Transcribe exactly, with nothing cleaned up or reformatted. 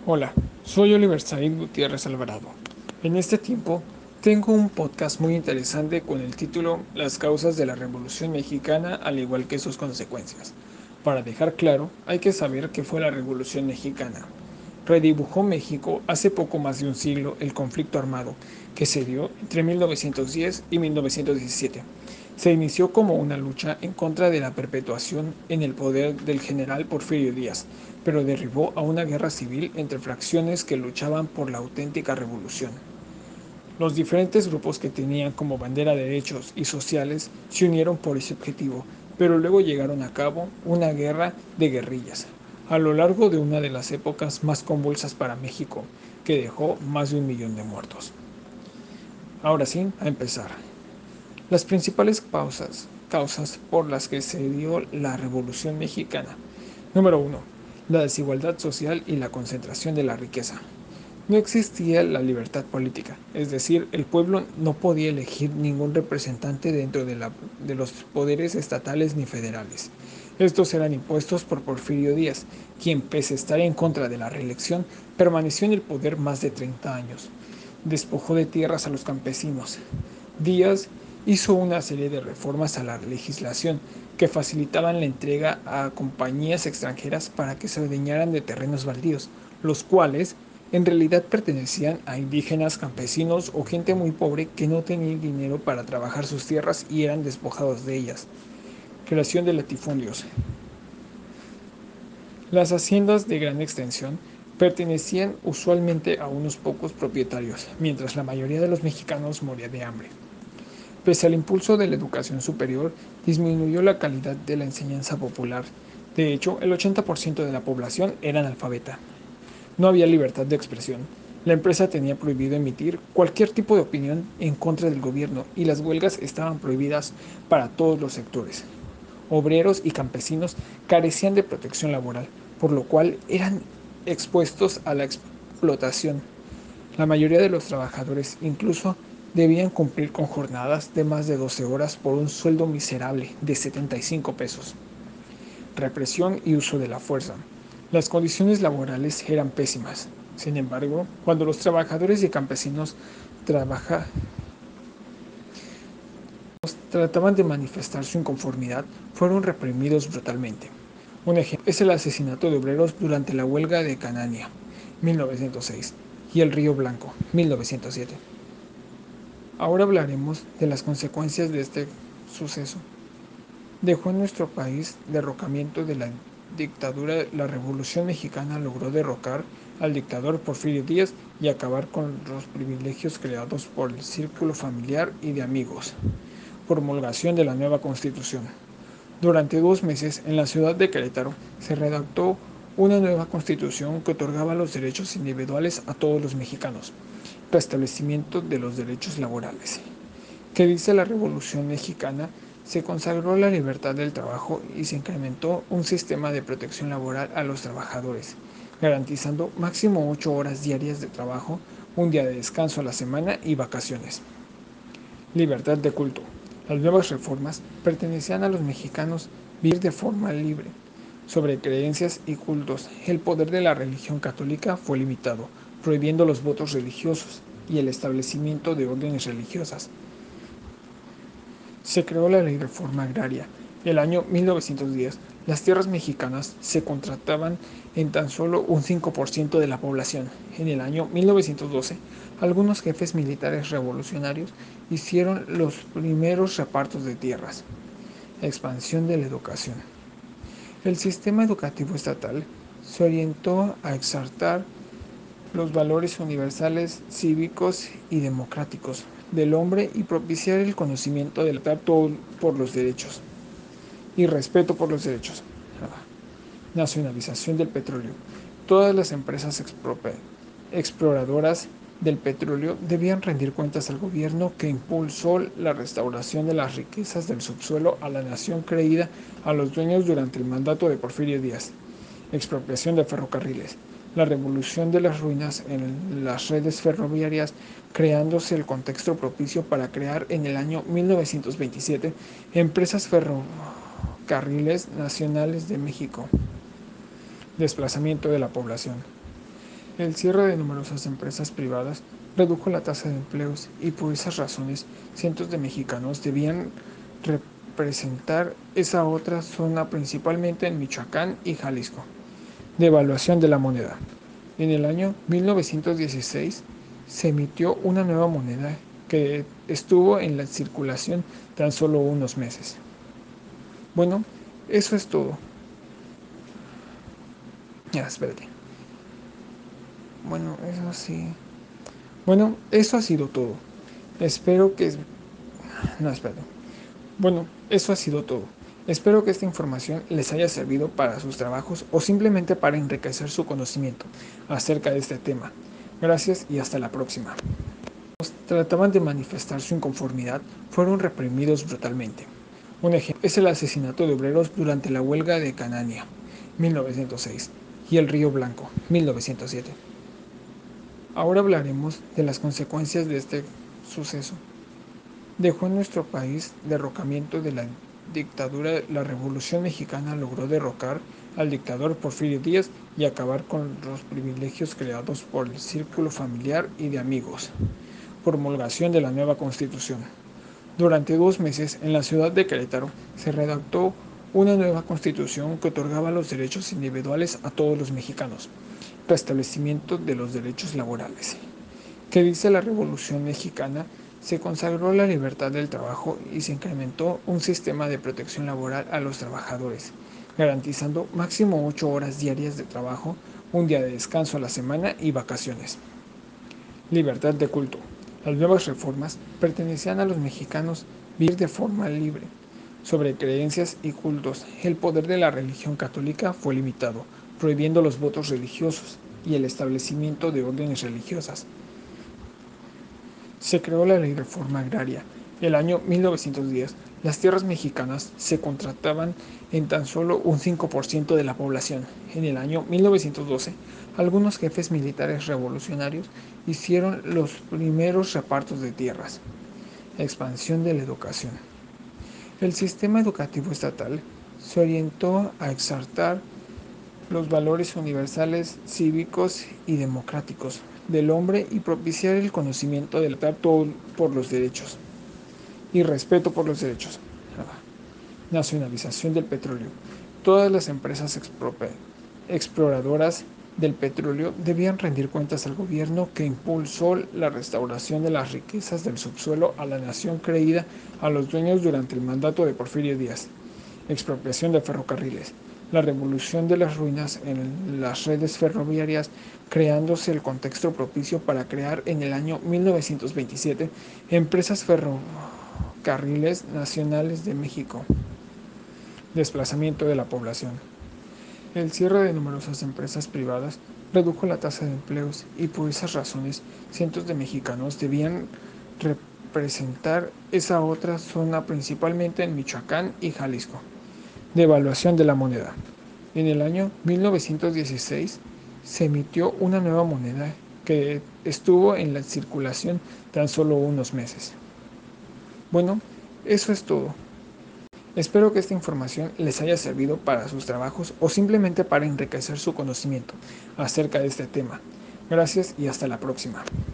Hola, soy Oliver Said Gutiérrez Alvarado. En este tiempo tengo un podcast muy interesante con el título Las causas de la Revolución Mexicana al igual que sus consecuencias. Para dejar claro, hay que saber qué fue la Revolución Mexicana. Redibujó México hace poco más de un siglo el conflicto armado que se dio entre mil novecientos diez y mil novecientos diecisiete. Se inició como una lucha en contra de la perpetuación en el poder del general Porfirio Díaz, pero derivó a una guerra civil entre fracciones que luchaban por la auténtica revolución. Los diferentes grupos que tenían como bandera derechos y sociales se unieron por ese objetivo, pero luego llegaron a cabo una guerra de guerrillas, a lo largo de una de las épocas más convulsas para México, que dejó más de un millón de muertos. Ahora sí, a empezar. Las principales causas, causas por las que se dio la Revolución Mexicana. Número uno. La desigualdad social y la concentración de la riqueza. No existía la libertad política, es decir, el pueblo no podía elegir ningún representante dentro de, la, de los poderes estatales ni federales. Estos eran impuestos por Porfirio Díaz, quien, pese a estar en contra de la reelección, permaneció en el poder más de treinta años. Despojó de tierras a los campesinos. Díaz hizo una serie de reformas a la legislación que facilitaban la entrega a compañías extranjeras para que se adueñaran de terrenos baldíos, los cuales en realidad pertenecían a indígenas, campesinos o gente muy pobre que no tenía dinero para trabajar sus tierras y eran despojados de ellas. Creación de latifundios. Las haciendas de gran extensión pertenecían usualmente a unos pocos propietarios, mientras la mayoría de los mexicanos moría de hambre. Pese al impulso de la educación superior, disminuyó la calidad de la enseñanza popular. De hecho, el ochenta por ciento de la población era analfabeta. No había libertad de expresión. La empresa tenía prohibido emitir cualquier tipo de opinión en contra del gobierno y las huelgas estaban prohibidas para todos los sectores. Obreros y campesinos carecían de protección laboral, por lo cual eran expuestos a la explotación. La mayoría de los trabajadores incluso debían cumplir con jornadas de más de doce horas por un sueldo miserable de setenta y cinco pesos. Represión y uso de la fuerza. Las condiciones laborales eran pésimas. Sin embargo, cuando los trabajadores y campesinos trabaja, trataban de manifestar su inconformidad, fueron reprimidos brutalmente. Un ejemplo es el asesinato de obreros durante la huelga de Canania, mil novecientos seis, y el Río Blanco, mil novecientos siete. Ahora hablaremos de las consecuencias de este suceso. Dejó en nuestro país derrocamiento de la dictadura. La Revolución Mexicana logró derrocar al dictador Porfirio Díaz y acabar con los privilegios creados por el círculo familiar y de amigos. Promulgación de la nueva Constitución. Durante dos meses, en la ciudad de Querétaro, se redactó una nueva constitución que otorgaba los derechos individuales a todos los mexicanos. Restablecimiento de los derechos laborales. ¿Qué dice la Revolución Mexicana? Se consagró la libertad del trabajo y se incrementó un sistema de protección laboral a los trabajadores, garantizando máximo ocho horas diarias de trabajo, un día de descanso a la semana y vacaciones. Libertad de culto. Las nuevas reformas pertenecían a los mexicanos vivir de forma libre. Sobre creencias y cultos, el poder de la religión católica fue limitado, prohibiendo los votos religiosos y el establecimiento de órdenes religiosas. Se creó la Ley de Reforma Agraria. El año mil novecientos diez, las tierras mexicanas se contrataban en tan solo un cinco por ciento de la población. En el año mil novecientos doce, algunos jefes militares revolucionarios hicieron los primeros repartos de tierras. Expansión de la educación. El sistema educativo estatal se orientó a exaltar los valores universales, cívicos y democráticos del hombre y propiciar el conocimiento del trato por los derechos y respeto por los derechos. Nacionalización del petróleo. Todas las empresas exploradoras del petróleo debían rendir cuentas al gobierno, que impulsó la restauración de las riquezas del subsuelo a la nación creída a los dueños durante el mandato de Porfirio Díaz. Expropiación de ferrocarriles. La revolución de las ruinas en las redes ferroviarias, creándose el contexto propicio para crear en el año mil novecientos veintisiete empresas ferrocarriles nacionales de México. Desplazamiento de la población. El cierre de numerosas empresas privadas redujo la tasa de empleos y por esas razones cientos de mexicanos debían representar esa otra zona principalmente en Michoacán y Jalisco. Devaluación de la moneda. En el año mil novecientos dieciséis se emitió una nueva moneda que estuvo en la circulación tan solo unos meses. Bueno, eso es todo. Ya, espérate. Bueno, eso sí. Bueno, eso ha sido todo. Espero que... No, espérate. Bueno, eso ha sido todo. Espero que esta información les haya servido para sus trabajos o simplemente para enriquecer su conocimiento acerca de este tema. Gracias y hasta la próxima. Trataban de manifestar su inconformidad fueron reprimidos brutalmente. Un ejemplo es el asesinato de obreros durante la huelga de Cananea, mil novecientos seis, y el Río Blanco, mil novecientos siete. Ahora hablaremos de las consecuencias de este suceso. Dejó en nuestro país derrocamiento de la dictadura. La Revolución Mexicana logró derrocar al dictador Porfirio Díaz y acabar con los privilegios creados por el círculo familiar y de amigos. Promulgación de la nueva Constitución. Durante dos meses, en la ciudad de Querétaro, se redactó una nueva Constitución que otorgaba los derechos individuales a todos los mexicanos. Restablecimiento de los derechos laborales. Que dice la Revolución Mexicana, se consagró la libertad del trabajo y se incrementó un sistema de protección laboral a los trabajadores, garantizando máximo ocho horas diarias de trabajo, un día de descanso a la semana y vacaciones. Libertad de culto. Las nuevas reformas pertenecían a los mexicanos vivir de forma libre. Sobre creencias y cultos, el poder de la religión católica fue limitado, prohibiendo los votos religiosos y el establecimiento de órdenes religiosas. Se creó la Ley de Reforma Agraria. El año mil novecientos diez, las tierras mexicanas se contrataban en tan solo un cinco por ciento de la población. En el año mil novecientos doce, algunos jefes militares revolucionarios hicieron los primeros repartos de tierras. Expansión de la educación. El sistema educativo estatal se orientó a exaltar los valores universales, cívicos y democráticos del hombre y propiciar el conocimiento del trato por los derechos y respeto por los derechos. Nacionalización del petróleo. Todas las empresas exploradoras del petróleo debían rendir cuentas al gobierno, que impulsó la restauración de las riquezas del subsuelo a la nación creída a los dueños durante el mandato de Porfirio Díaz. Expropiación de ferrocarriles. La revolución de las ruinas en las redes ferroviarias, creándose el contexto propicio para crear en el año mil novecientos veintisiete empresas ferrocarriles nacionales de México. Desplazamiento de la población. El cierre de numerosas empresas privadas redujo la tasa de empleos y por esas razones cientos de mexicanos debían representar esa otra zona principalmente en Michoacán y Jalisco. Devaluación de la moneda. En el año mil novecientos dieciséis se emitió una nueva moneda que estuvo en la circulación tan solo unos meses. Bueno, eso es todo. Espero que esta información les haya servido para sus trabajos o simplemente para enriquecer su conocimiento acerca de este tema. Gracias y hasta la próxima.